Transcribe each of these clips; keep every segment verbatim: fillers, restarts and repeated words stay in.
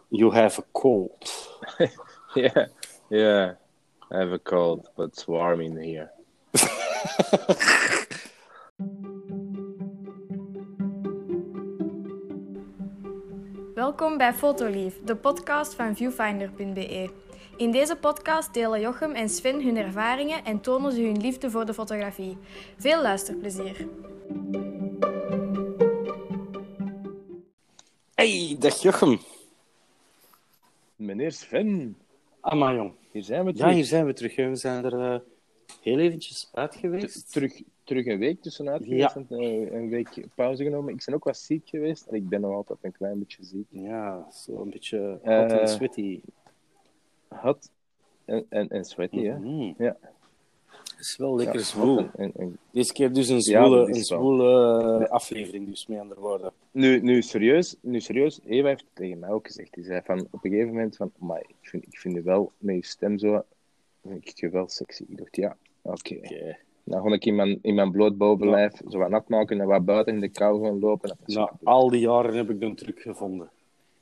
You have a cold. yeah, yeah. I have a cold, but it's warm in here. Welkom bij Fotolief, de podcast van viewfinder punt b e. In deze podcast delen Jochem en Sven hun ervaringen en tonen ze hun liefde voor de fotografie. Veel luisterplezier. Hey, dag Jochem. Meneer Sven. Amai, jong. Hier zijn we terug. Ja, hier zijn we terug. We zijn er uh, heel eventjes uit geweest. Terug, terug een week tussenuit Ja. geweest. Uh, een week pauze genomen. Ik ben ook wat ziek geweest. En ik ben nog altijd een klein beetje ziek. Ja, zo een beetje Uh, hot en sweaty. Hot en, en, en sweaty, hè. Mm-hmm. Ja. Het is wel lekker Ja, zwoel. en, en, en... Deze keer dus een Ja, zwoele, dat een is wel. zwoele uh, aflevering, dus met andere woorden. Nu, nu, serieus, nu serieus, Eva heeft het tegen mij ook gezegd. Die zei van, op een gegeven moment van, maar ik vind, ik vind je wel, met je stem zo, vind ik je wel sexy. Ik dacht, ja, oké. Okay. Okay. Dan kon ik in mijn, in mijn bloot bovenlijf zo wat nat maken en wat buiten in de kou gaan lopen. Na al die jaren heb ik een truc gevonden.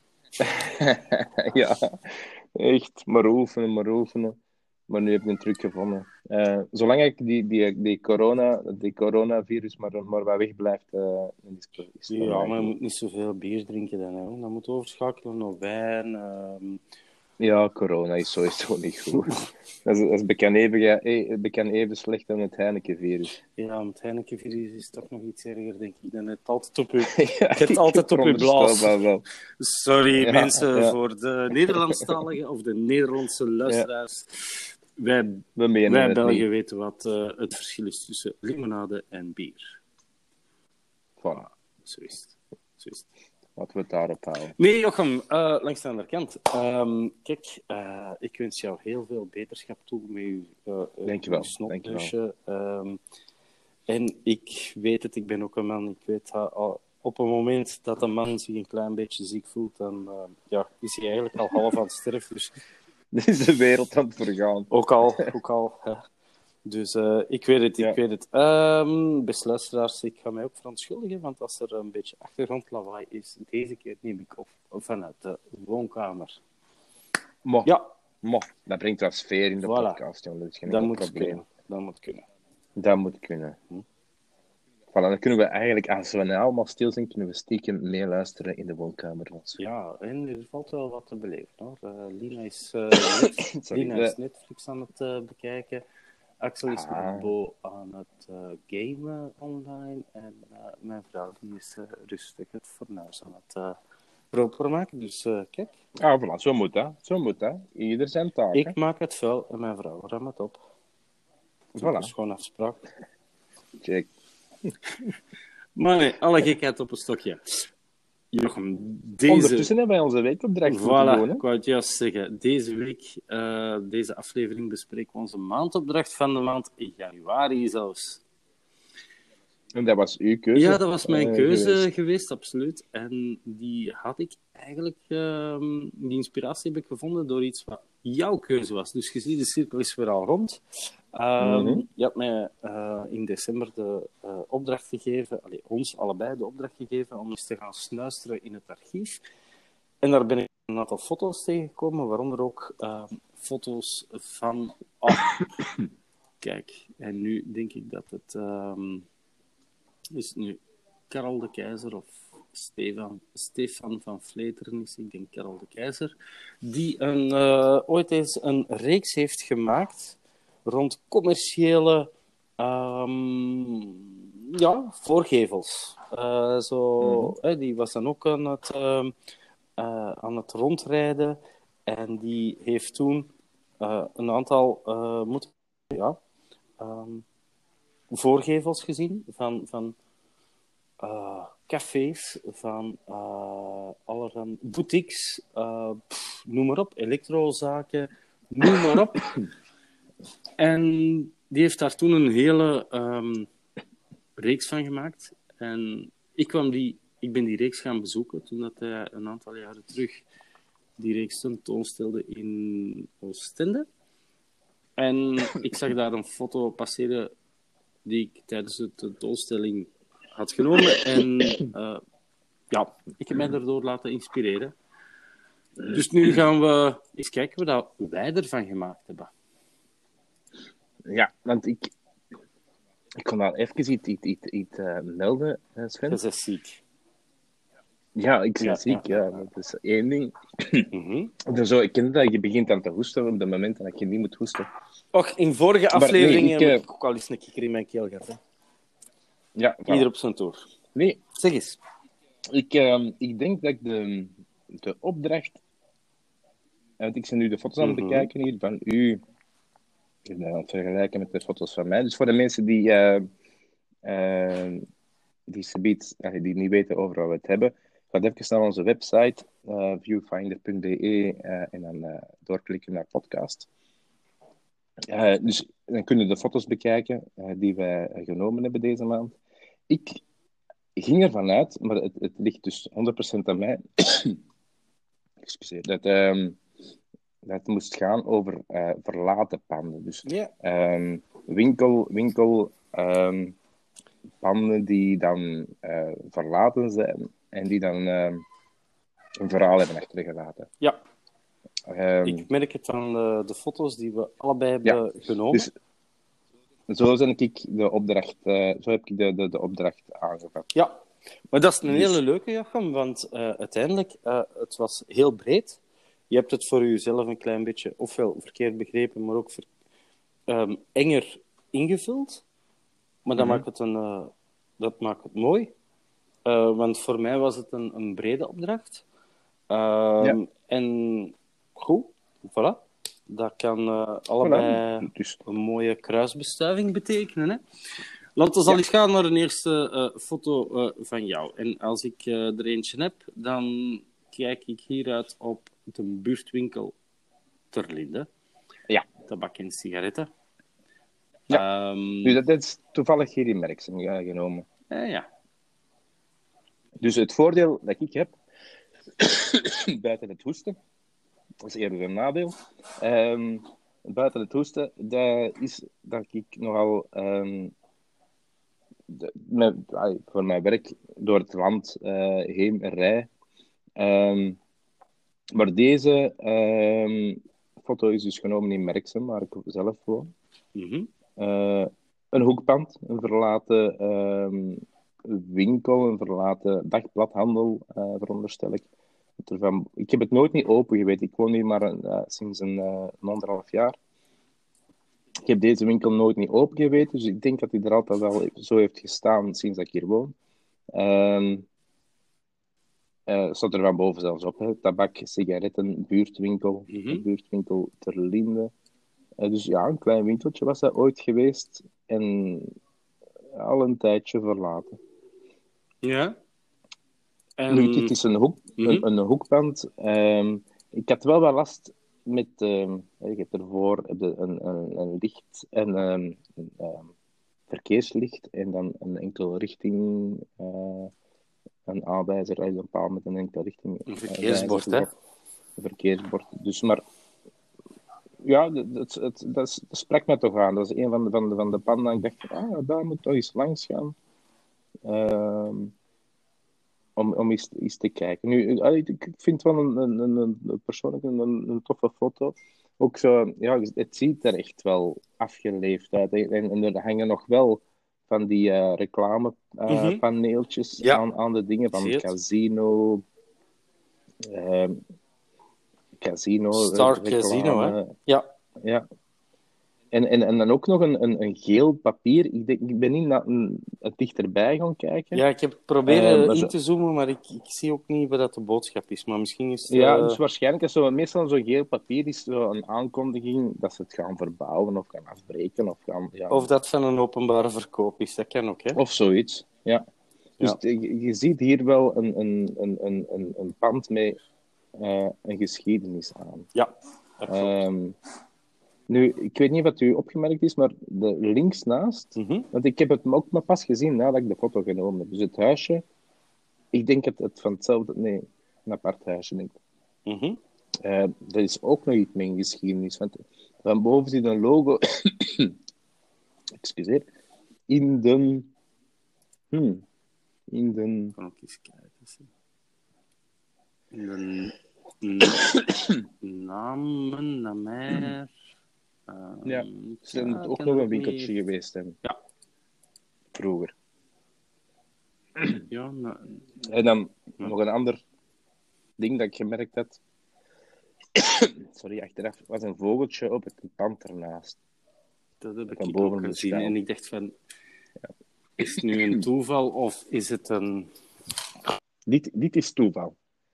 Ja, echt, maar oefenen, maar oefenen. Maar nu heb ik een truc gevonden. Uh, zolang ik die, die, die, corona, die coronavirus maar, maar wat wegblijft, uh, is, is Ja, maar je moet niet zoveel bier drinken dan. Hè. Dan moet je overschakelen naar wijn. Um... Ja, corona is sowieso niet goed. dat, is, dat is bekend even, bekend even slecht dan het Heineken-virus. Ja, het Heineken-virus is toch nog iets erger, denk ik. Dan het altijd op je, ja, het altijd op je blaas. Wel. Sorry, ja, mensen, ja. voor de Nederlandstaligen of de Nederlandse luisteraars. Ja. Wij, We menen wij het Belgen niet. weten wat uh, het verschil is tussen limonade en bier. Voilà. Zo is het. Zo is het. Laten we het daarop houden. Nee, Jochem, uh, langs de andere kant. Um, kijk, uh, ik wens jou heel veel beterschap toe met je uh, Dankjewel. snotneusje. Um, en ik weet het, ik ben ook een man. Ik weet dat uh, op het moment dat een man zich een klein beetje ziek voelt, dan uh, ja, is hij eigenlijk al half aan het sterven. Dus... Dit is de wereld aan het vergaan. Ook al, ook al. Ja. Dus uh, ik weet het, ik ja. weet het. Um, beste luisteraars, ik ga mij ook verontschuldigen, want als er een beetje achtergrondlawaai is, deze keer neem ik op vanuit de woonkamer. Mo. Ja. Mo. Dat brengt wat sfeer in de voilà. podcast, jongen. Dat is geen dat moet probleem. kunnen. Dat moet kunnen. Dat moet kunnen. Hm? Voilà, dan kunnen we eigenlijk, als we nou allemaal stil zijn, kunnen we stiekem meeluisteren in de woonkamer. Ja, en er valt wel wat te beleven, hoor. Uh, Lina is, uh, net, Sorry, Lina de... is Netflix aan het uh, bekijken. Axel is ah. met Bo aan het uh, gamen online. En uh, mijn vrouw die is uh, rustig het fornuis aan het uh, proper maken. Dus uh, kijk. Ah, voilà, zo moet dat. Zo moet dat. Ieder zijn taak. Ik hè? maak het vuil en mijn vrouw ruimt het op. Voilà. Dat is gewoon afspraak. Check. Maar nee, alle gekheid op een stokje. Jochem, deze... Ondertussen hebben wij onze weekopdracht voilà, doen, ik wou het juist zeggen. Deze week, uh, deze aflevering, bespreken we onze maandopdracht van de maand in januari zelfs. En dat was uw keuze? Ja, dat was mijn uh, keuze geweest. geweest, absoluut. En die had ik eigenlijk... Uh, die inspiratie heb ik gevonden door iets wat jouw keuze was. Dus je ziet, de cirkel is weer al rond. Um, mm-hmm. Je had mij uh, in december de uh, opdracht gegeven, allee, ons allebei de opdracht gegeven, om eens te gaan snuisteren in het archief. En daar ben ik een aantal foto's tegengekomen, waaronder ook uh, foto's van... Oh, kijk, en nu denk ik dat het... Um, is het nu Karel de Keizer of Stefan, Stefan van Vleteren is, ik denk Karel de Keizer, die een, uh, ooit eens een reeks heeft gemaakt rond commerciële um, ja, voorgevels. Uh, zo, mm-hmm. eh, die was dan ook aan het, uh, uh, aan het rondrijden en die heeft toen uh, een aantal uh, moeten, ja, um, voorgevels gezien van, van uh, cafés, van uh, allerhande boutiques, uh, pff, noem maar op, elektrozaken, noem maar op. En die heeft daar toen een hele um, reeks van gemaakt. En ik, kwam die, ik ben die reeks gaan bezoeken toen dat hij een aantal jaren terug die reeks tentoonstelde in Oostende. En ik zag daar een foto passeren die ik tijdens de tentoonstelling had genomen. En uh, ja, ik heb mij daardoor laten inspireren. Dus nu gaan we eens kijken wat wij ervan gemaakt hebben. Ja, want ik... Ik kon al even iets, iets, iets, iets uh, melden, Sven. Je bent ziek. Ja, ik ben ja, ziek, ja. ja. Dat is één ding. Mm-hmm. Dus zo, ik ken dat je begint aan te hoesten op het moment dat je niet moet hoesten. Och, in vorige afleveringen nee, heb ik, ik ook al eens een kikker in mijn keel gehad. Hè. Ja, voilà. Ieder op zijn toer. Nee. Zeg eens. Ik, uh, ik denk dat ik de, de opdracht... Want ik ben nu de foto's aan het Mm-hmm. bekijken hier van u. Ik ben aan het vergelijken met de foto's van mij. Dus voor de mensen die... Uh, uh, die subiet, die niet weten over wat we het hebben, ga even naar onze website, uh, viewfinder punt be, uh, en dan uh, doorklikken naar podcast. Uh, dus dan kunnen we de foto's bekijken uh, die wij genomen hebben deze maand. Ik ging ervan uit, maar het, het ligt dus honderd procent aan mij, excuseer, dat, um, dat het moest gaan over uh, verlaten panden. Dus yeah. um, winkel, winkel um, panden die dan uh, verlaten zijn en die dan uh, een verhaal hebben achtergelaten. Ja. Um, ik merk het aan de, de foto's die we allebei hebben ja. genomen. Dus, zo, ben ik de opdracht, uh, zo heb ik de, de, de opdracht aangepakt. Ja, maar dat is een dus... hele leuke, Jochem, want uh, uiteindelijk, uh, het was heel breed. Je hebt het voor jezelf een klein beetje, ofwel verkeerd begrepen, maar ook ver, um, enger ingevuld. Maar dat, mm-hmm. maakt het een, uh, dat maakt het mooi. Uh, want voor mij was het een, een brede opdracht. Uh, ja. En goed, voilà. Dat kan uh, allebei voilà. Dus... een mooie kruisbestuiving betekenen. Hè? Laten we ja. al eens gaan naar een eerste uh, foto uh, van jou. En als ik uh, er eentje heb, dan kijk ik hieruit op de buurtwinkel Terlinde. Ja. Tabak en sigaretten. Ja, um, dus dat is toevallig hier in Merksem genomen. Uh, ja. Dus het voordeel dat ik heb, buiten het hoesten, dat is eerder een nadeel, um, buiten het hoesten, dat is dat ik nogal um, de, met, ay, voor mijn werk door het land uh, heen rij. Um, maar deze um, foto is dus genomen in Merksem, waar ik zelf woon. Mm-hmm. Uh, een hoekpand, een verlaten um, winkel, een verlaten dagbladhandel, uh, veronderstel ik. Ervan, ik heb het nooit niet open geweten. Ik woon hier maar een, uh, sinds een, uh, een anderhalf jaar. Ik heb deze winkel nooit niet open geweten, dus ik denk dat hij er altijd wel zo heeft gestaan sinds dat ik hier woon. Um, uh, staat er van boven zelfs op, hè. Tabak, sigaretten, buurtwinkel, mm-hmm. buurtwinkel Terlinde. Uh, dus ja, een klein winkeltje was dat ooit geweest en al een tijdje verlaten. Ja. En... Nu, het is een, hoek, mm-hmm. een, een hoekpand. Um, ik had wel wat last met... Um, je hebt ervoor een, een, een licht en een, een um, verkeerslicht en dan een enkele richting... Uh, een aanwijzer, een paal met een enkele richting. Een verkeersbord, hè? Een verkeersbord. Dus maar... Ja, dat, het, het, dat, dat sprak me toch aan. Dat is een van de, van de, van de panden. Ik dacht, ah, daar moet toch eens langs gaan. Um, om, om eens, eens te kijken. Nu, ik vind het wel een, een, een, een persoonlijk een, een toffe foto. Ook zo, ja, het ziet er echt wel afgeleefd uit. En, en er hangen nog wel van die uh, reclamepaneeltjes uh, mm-hmm. aan, aan de dingen van casino. Uh, Casino. Star Casino, hè? Ja. Ja. En, en, en dan ook nog een, een, een geel papier. Ik, denk, ik ben niet naar een, het dichterbij gaan kijken. Ja, ik heb proberen uh, in zo... te zoomen, maar ik, ik zie ook niet wat dat de boodschap is. Maar misschien is het... Uh... Ja, dus waarschijnlijk is zo, meestal zo'n geel papier is zo een aankondiging dat ze het gaan verbouwen of gaan afbreken. Of, gaan, ja. of dat van een openbare verkoop is, dat kan ook, hè? Of zoiets, ja. Dus ja. je, je ziet hier wel een, een, een, een, een pand met uh, een geschiedenis aan. Ja, dat klopt. Um, Nu, ik weet niet wat u opgemerkt is, maar de links naast... Mm-hmm. Want ik heb het ook maar pas gezien nadat ik de foto genomen heb. Dus het huisje... Ik denk het, het van hetzelfde... Nee, een apart huisje, denk ik. Mm-hmm. Uh, dat is ook nog iets met geschiedenis. Want van boven zit een logo... Excuseer. In de... Hmm. In de... Kan ook eens kijken. In de... namen naar mij. Uh, ja, ze ja, moet ook nog een winkeltje niet... geweest hebben. Ja. Vroeger. Ja, nou... En dan ja. nog een ander ding dat ik gemerkt had. Sorry, achteraf was een vogeltje op het pand ernaast. Dat heb ik ook gezien. En ik dacht van... Ja. Is het nu een toeval of is het een... Dit, dit is toeval.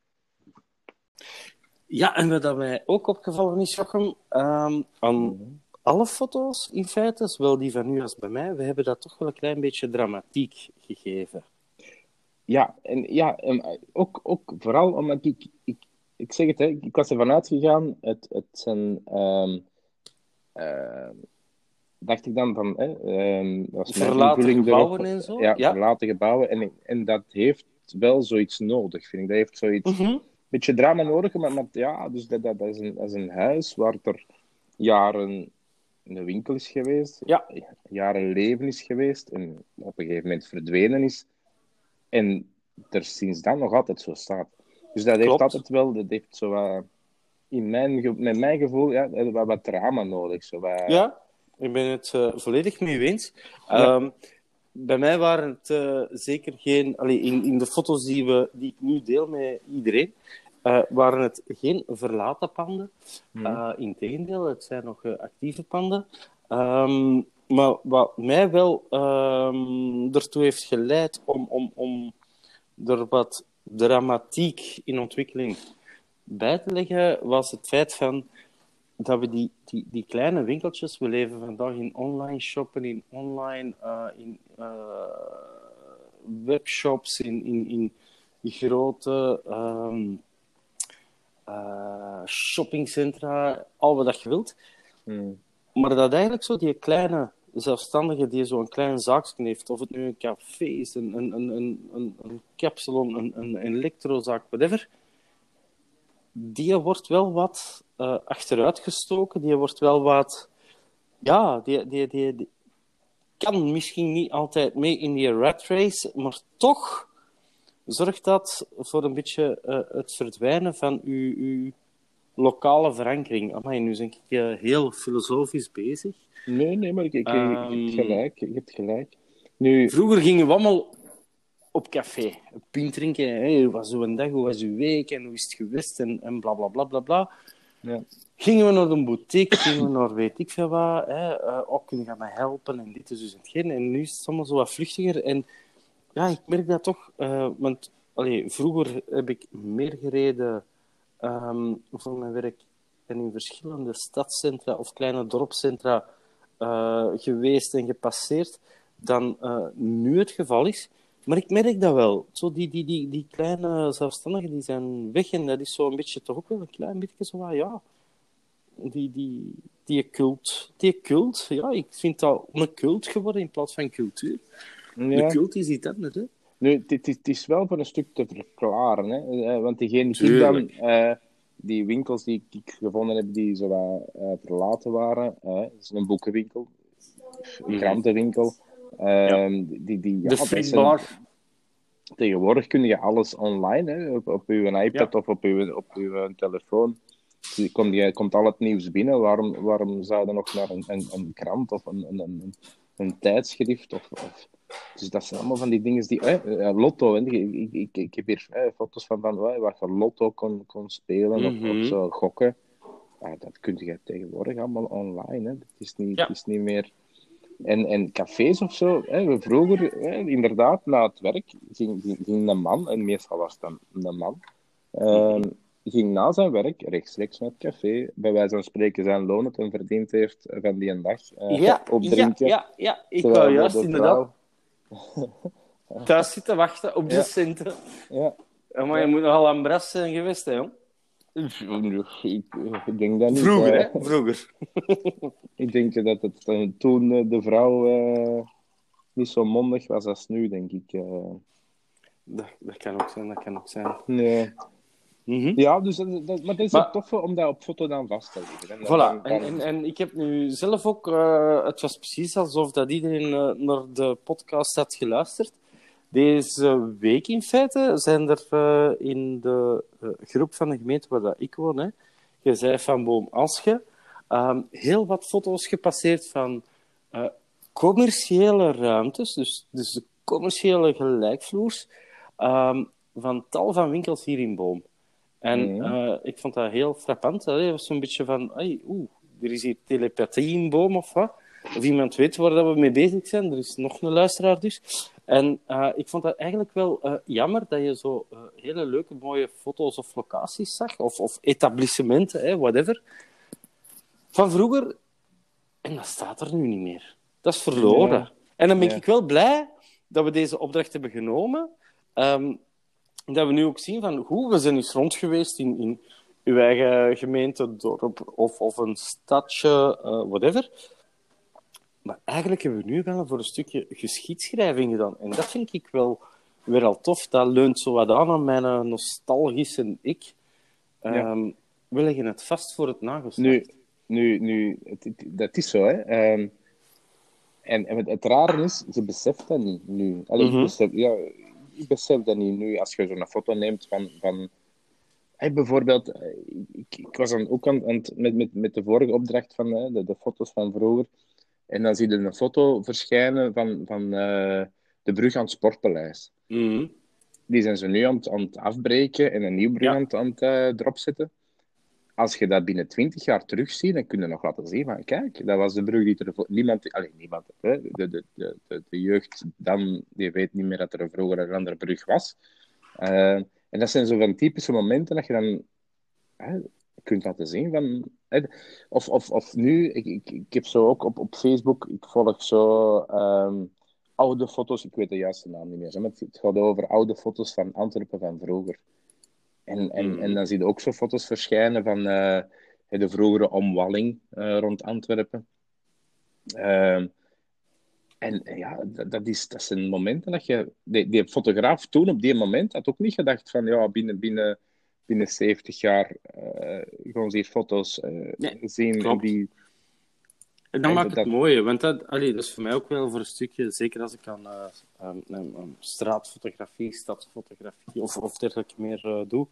Ja, en wat mij ook opgevallen is, Jochem, um, aan mm-hmm. alle foto's in feite, zowel die van u als bij mij, we hebben dat toch wel een klein beetje dramatiek gegeven. Ja, en ja, en ook, ook vooral omdat ik, ik, ik zeg het, hè, ik was ervan uitgegaan, het, het zijn, um, uh, dacht ik dan van, hè, um, was verlaten gebouwen erop, en zo? Ja, ja, verlaten gebouwen, en, en dat heeft wel zoiets nodig, vind ik. Dat heeft zoiets, een mm-hmm. beetje drama nodig, maar, maar ja, dus dat, dat, dat, is een, dat is een huis waar er jaren een winkel is geweest, ja. jaren leven is geweest, en op een gegeven moment verdwenen is. En er sinds dan nog altijd zo staat. Dus dat heeft Klopt. altijd wel, dat heeft zo wat, in mijn, met mijn gevoel, ja, wat, wat drama nodig. Zo wat... Ja, ik ben het uh, volledig mee eens. Ja. Um, bij mij waren het uh, zeker geen, allee, in, in de foto's die, we, die ik nu deel met iedereen, uh, waren het geen verlaten panden. Hmm. Uh, Integendeel, het zijn nog uh, actieve panden. Um, Maar wat mij wel um, ertoe heeft geleid om, om, om er wat dramatiek in ontwikkeling bij te leggen, was het feit van dat we die, die, die kleine winkeltjes, we leven vandaag in online shoppen, in online, uh, in uh, webshops, in, in, in grote um, uh, shoppingcentra, al wat dat je wilt. Hmm. Maar dat eigenlijk zo die kleine zelfstandige die zo'n klein zaakje heeft, of het nu een café is, een, een, een, een, een capsalon, een, een elektrozaak, whatever, die wordt wel wat uh, achteruitgestoken, die wordt wel wat... Ja, die, die, die, die kan misschien niet altijd mee in die rat race, maar toch zorgt dat voor een beetje uh, het verdwijnen van uw... uw lokale verankering. Amai, nu ben ik uh, heel filosofisch bezig. Nee, nee, maar ik, ik, um, ik heb gelijk. Je hebt gelijk. Nu... Vroeger gingen we allemaal op café. Een pint drinken. Hey, hoe was uw dag? Hoe was uw week? En hoe is het geweest? En, en bla, bla, bla, bla, bla. Ja. Gingen we naar een boutique, gingen we naar weet ik veel wat. Hè. Uh, oh, kun je mij helpen? En dit is dus hetgeen. En nu is het allemaal zo wat vluchtiger. En ja, ik merk dat toch. Uh, want allee, vroeger heb ik meer gereden Um, voor mijn werk en in verschillende stadscentra of kleine dorpscentra uh, geweest en gepasseerd dan uh, nu het geval is. Maar ik merk dat wel. Zo die, die, die, die kleine zelfstandigen die zijn weg en dat is zo een beetje toch ook wel een klein beetje zo van, ja, die, die, die cult. Die cult, ja, ik vind dat een cult geworden in plaats van cultuur. Ja. De cult is iets anders, hè. Nu, het is wel voor een stuk te verklaren, hè? Want diegene die dan uh, die winkels die ik gevonden heb, die zo wat uh, verlaten waren, uh, het is een boekenwinkel, een krantenwinkel, uh, ja. die, die, ja, de frietbar. Tegenwoordig kun je alles online, hè, op, op uw iPad ja. of op uw, op uw telefoon. Je komt, je komt al het nieuws binnen. Waarom, waarom zou je nog naar een, een, een krant of een, een, een, een tijdschrift of, of dus dat zijn allemaal van die dingen die... Eh, lotto, hè. Ik, ik, ik heb hier eh, foto's van, van eh, waar je lotto kon, kon spelen mm-hmm. of, of zo gokken. Ja, dat kun je tegenwoordig allemaal online. Hè. Het, is niet, ja. het is niet meer... En, en cafés of zo, hè. Vroeger, hè, inderdaad, na het werk ging, ging, ging een man, en meestal was het een, een man, uh, mm-hmm. ging na zijn werk rechtstreeks naar het café, bij wijze van spreken zijn loon het en verdiend heeft van die een dag uh, ja, opdrinken. Ja, ja, ja, ik wou juist inderdaad thuis zitten wachten op de ja. centen. Ja. Maar je moet nogal aan bras zijn geweest, hè, jong? Ik, ik denk dat niet. Vroeger, uh, hè? Vroeger. Ik denk dat het uh, toen uh, de vrouw uh, niet zo mondig was als nu, denk ik. Uh. Dat, dat kan ook zijn, dat kan ook zijn. Nee. Mm-hmm. Ja, dus dat, dat, maar het is maar, het toffe om dat op foto dan vast te leggen. Voilà, dan, dan... En, en, en ik heb nu zelf ook... Uh, het was precies alsof dat iedereen uh, naar de podcast had geluisterd. Deze week in feite zijn er uh, in de uh, groep van de gemeente waar dat ik woon, hè, je zei van Boom Asche, um, heel wat foto's gepasseerd van uh, commerciële ruimtes, dus, dus de commerciële gelijkvloers, um, van tal van winkels hier in Boom. En uh, ik vond dat heel frappant. Het was zo'n beetje van, hey, oeh, er is hier telepathie in Boom of wat. Of iemand weet waar dat we mee bezig zijn. Er is nog een luisteraar dus. En uh, ik vond dat eigenlijk wel uh, jammer dat je zo uh, hele leuke, mooie foto's of locaties zag. Of, of etablissementen, hè, whatever. Van vroeger. En dat staat er nu niet meer. Dat is verloren. Ja. En dan ben ja. ik wel blij dat we deze opdracht hebben genomen. Um, dat we nu ook zien van hoe we zijn eens rond geweest in, in uw eigen gemeente, dorp of, of een stadje, uh, whatever. Maar eigenlijk hebben we nu wel voor een stukje geschiedschrijving gedaan. En dat vind ik wel weer al tof. Dat leunt zo wat aan aan mijn nostalgische ik. Um, ja. We leggen het vast voor het nageslacht. Nu, nu, nu het, het, dat is zo, hè. Um, en, en het, het rare is, je beseft dat niet nu. Allee, mm-hmm. ik, besef, ja, ik besef dat niet nu, als je zo'n foto neemt van... van hey, bijvoorbeeld, ik, ik was dan ook aan, aan het, met, met, met de vorige opdracht van hè, de, de foto's van vroeger. En dan zie je een foto verschijnen van, van uh, de brug aan het Sportpaleis. Mm-hmm. Die zijn ze nu aan het, aan het afbreken en een nieuw brug ja. aan het, aan het uh, erop zetten. Als je dat binnen twintig jaar terugziet, dan kun je nog laten zien van, kijk, dat was de brug die er... Niemand, allez, niemand hè, de, de, de, de, de jeugd dan, die weet niet meer dat er vroeger een andere brug was. Uh, en dat zijn zo van typische momenten dat je dan hè, kunt laten zien van... Hè, of, of, of nu, ik, ik, ik heb zo ook op, op Facebook, ik volg zo um, oude foto's, ik weet de juiste naam niet meer, maar het gaat over oude foto's van Antwerpen van vroeger. En, en, mm. en dan zie je ook zo foto's verschijnen van uh, de vroegere omwalling uh, rond Antwerpen. Uh, en ja, dat, dat, is, dat zijn momenten dat je... Die, die fotograaf toen, op die moment, had ook niet gedacht van ja, binnen, binnen, binnen zeventig jaar uh, gewoon hier foto's uh, nee, zien. Klopt. Die... En dat en maakt dat, het mooie, want dat, allee, dat is voor mij ook wel voor een stukje, zeker als ik aan uh, um, um, um, straatfotografie, stadsfotografie of, of dergelijke meer uh, doe,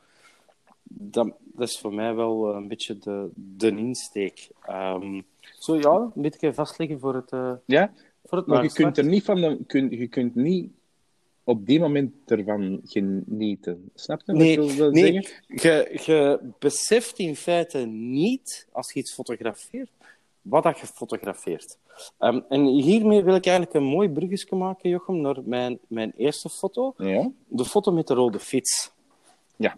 dat, dat is voor mij wel uh, een beetje de, de insteek. Um, zo ja, een beetje vastleggen voor het... Uh, ja, voor het maar je kunt er niet van... De, kun, je kunt niet op die moment ervan genieten. Snap je wat nee, ik wil nee, zeggen? Je, je beseft in feite niet, als je iets fotografeert, wat dat je fotografeert. Um, en hiermee wil ik eigenlijk een mooi bruggetje maken, Jochem, naar mijn, mijn eerste foto. Ja? De foto met de rode fiets. Ja.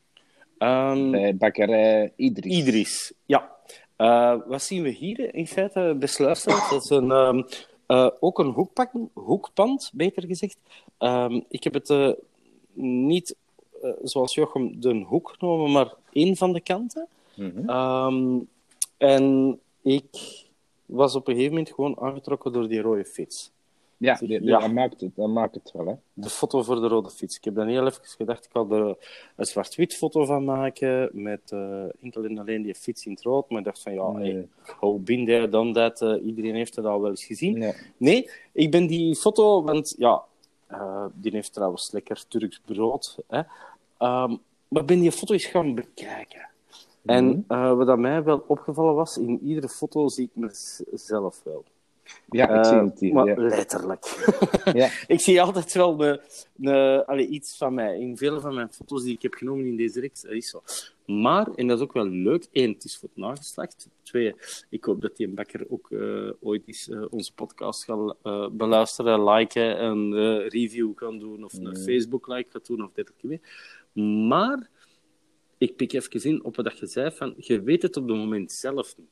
Um, Bij bakkerij Idris. Idris, ja. Uh, wat zien we hier in feite, beste luisteraars? Dat is een, um, uh, ook een hoekpak, hoekpand, beter gezegd. Um, ik heb het uh, niet, uh, zoals Jochem, de hoek genomen, maar één van de kanten. Mm-hmm. Um, en ik was op een gegeven moment gewoon aangetrokken door die rode fiets. Ja, die, die, ja. Dat, maakt het, dat maakt het wel, hè. De foto voor de rode fiets. Ik heb dan heel even gedacht, ik wil er een zwart-wit foto van maken, met uh, enkel en alleen die fiets in het rood. Maar ik dacht van, ja, nee. Hey, how been there, done that. Uh, iedereen heeft het al wel eens gezien. Nee, nee ik ben die foto, want ja, uh, die heeft trouwens lekker Turks brood. Hè. Um, maar ik ben die foto eens gaan bekijken. En uh, wat dat mij wel opgevallen was, in iedere foto zie ik mezelf wel. Ja, ik uh, zie het hier. Maar ja. letterlijk. Ja. Ik zie altijd wel de, de, allee, iets van mij. In vele van mijn foto's die ik heb genomen in deze reeks, dat is zo. Maar, en dat is ook wel leuk, één, het is voor het nageslacht. Twee, ik hoop dat die bakker ook uh, ooit eens uh, onze podcast gaat uh, beluisteren, liken, een uh, review kan doen, of een mm. Facebook-like gaat doen, of dergelijke meer. Maar... ik pik even in op wat je zei, van, je weet het op het moment zelf niet.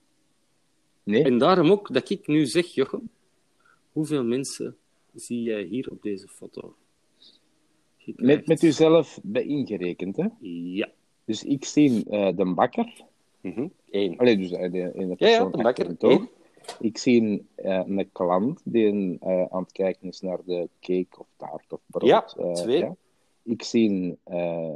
Nee. En daarom ook dat ik nu zeg, Jochem, hoeveel mensen zie jij hier op deze foto? Met, met uzelf bij ingerekend, hè? Ja. Dus ik zie uh, de bakker. Mm-hmm. Eén. Allee, dus uh, de, in de ja, ja, de bakker. Toch? Ik zie uh, een klant die uh, aan het kijken is naar de cake of taart of brood. Ja, uh, twee. Ja. Ik zie... Uh,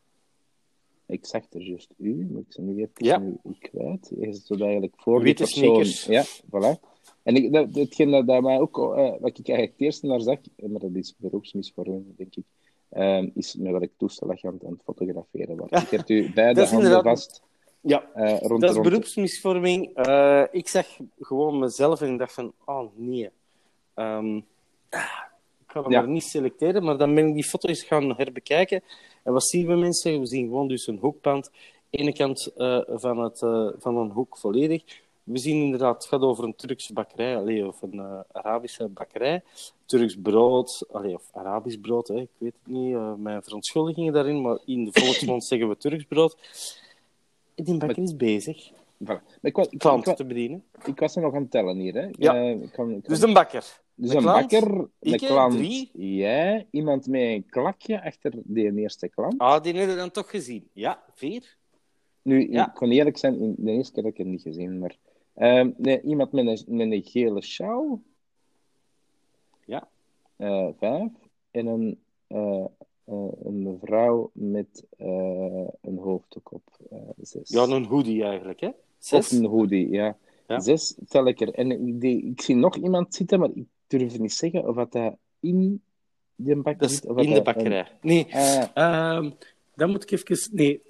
ik zeg er juist u, maar ik ben nu even ja. nu kwijt. Is het zo eigenlijk voor witte die persoon... sneakers. Ja, voilà. En ik, dat, hetgeen dat, dat mij ook, uh, wat ik eigenlijk het eerste naar zag, maar dat is beroepsmisvorming, denk ik, uh, is met welk toestel dat je aan het fotograferen wordt. Je hebt u beide handen inderdaad... vast. Ja, uh, rond, dat is rond... beroepsmisvorming. Uh, ik zag gewoon mezelf en ik dacht van, oh nee. Um, ik ga hem ja. maar niet selecteren, maar dan ben ik die foto's gaan herbekijken. En wat zien we mensen? We zien gewoon dus een hoekband. Ene kant uh, van, het, uh, van een hoek volledig. We zien inderdaad, het gaat over een Turkse bakkerij, allee, of een uh, Arabische bakkerij. Turks brood, allee, of Arabisch brood, hè, ik weet het niet. Uh, mijn verontschuldigingen daarin, maar in de volksmond zeggen we Turks brood. Die bakker is bezig. Voilà. Ik was, ik, klanten ik, te bedienen. Ik was er nog aan het tellen hier. Hè. Ja. Uh, ik kan, ik kan... Dus een bakker. Dus een, een klant, bakker, een ik, klant, drie. jij, iemand met een klakje achter die eerste klant. Ah, die hebben we dan toch gezien. Ja, vier. Nu, ja. ik kon eerlijk zijn, de eerste keer heb ik het niet gezien, maar... Uh, nee, iemand met een, met een gele sjaal. Ja. Uh, vijf. En een, uh, uh, een mevrouw met uh, een hoofddoek op. Uh, zes. Ja, een hoodie eigenlijk, hè? Zes. Of een hoodie, ja. ja. Zes tel ik er. En ik, die, ik zie nog iemand zitten, maar ik durf niet zeggen of dat hij in de bakkerij zit. Of in de bakkerij. Een... Nee. Uh, uh, dan moet ik even... Nee.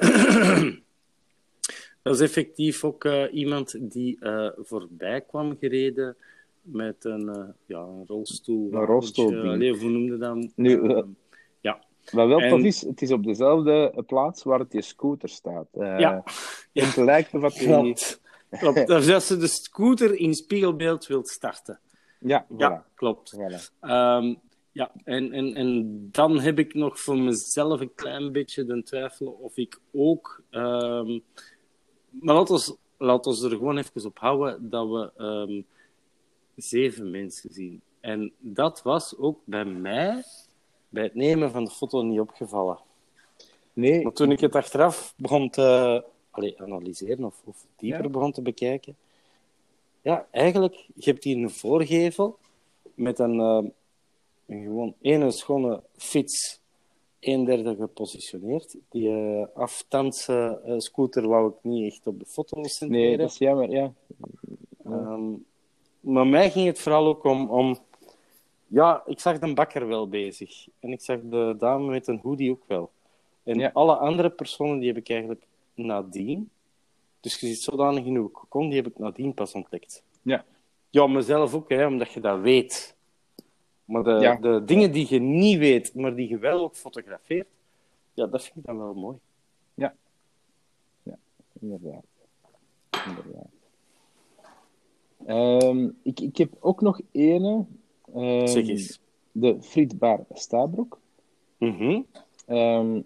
Dat is effectief ook uh, iemand die uh, voorbij kwam gereden met een, uh, ja, een rolstoel. Een rolstoel. Uh, hoe noemde dat? Nu, uh, ja. Wat wel en... tof is, het is op dezelfde plaats waar het je scooter staat. Uh, ja. Het ja. lijkt wat die... Klopt. klopt. Dat is als je de scooter in spiegelbeeld wilt starten. Ja, voilà. Ja, klopt. Voilà. Um, ja, en, en, en dan heb ik nog voor mezelf een klein beetje de twijfel of ik ook... Um, Maar laten we laten we er gewoon even op houden dat we um, zeven mensen zien. En dat was ook bij mij, bij het nemen van de foto, niet opgevallen. Nee. Maar toen ik het achteraf begon te allez, analyseren of, of dieper ja. begon te bekijken... Ja, eigenlijk, je hebt hier een voorgevel met een, uh, een gewoon ene schone fiets... een derde gepositioneerd. Die uh, aftandse uh, scooter wou ik niet echt op de foto centreren. Nee, dat is jammer, ja. Um, maar mij ging het vooral ook om, om... Ja, ik zag de bakker wel bezig. En ik zag de dame met een hoodie ook wel. En ja. alle andere personen, die heb ik eigenlijk nadien... Dus je zit zodanig in uw cocon, die heb ik nadien pas ontdekt. Ja. Ja, mezelf ook, hè, omdat je dat weet... Maar de, ja. de dingen die je niet weet, maar die je wel ook fotografeert, ja, dat vind ik dan wel mooi. Ja. Ja, inderdaad. inderdaad. Um, ik, ik heb ook nog ene. Um, zeg eens. De Friedbar Stabroek. Mm-hmm. Um,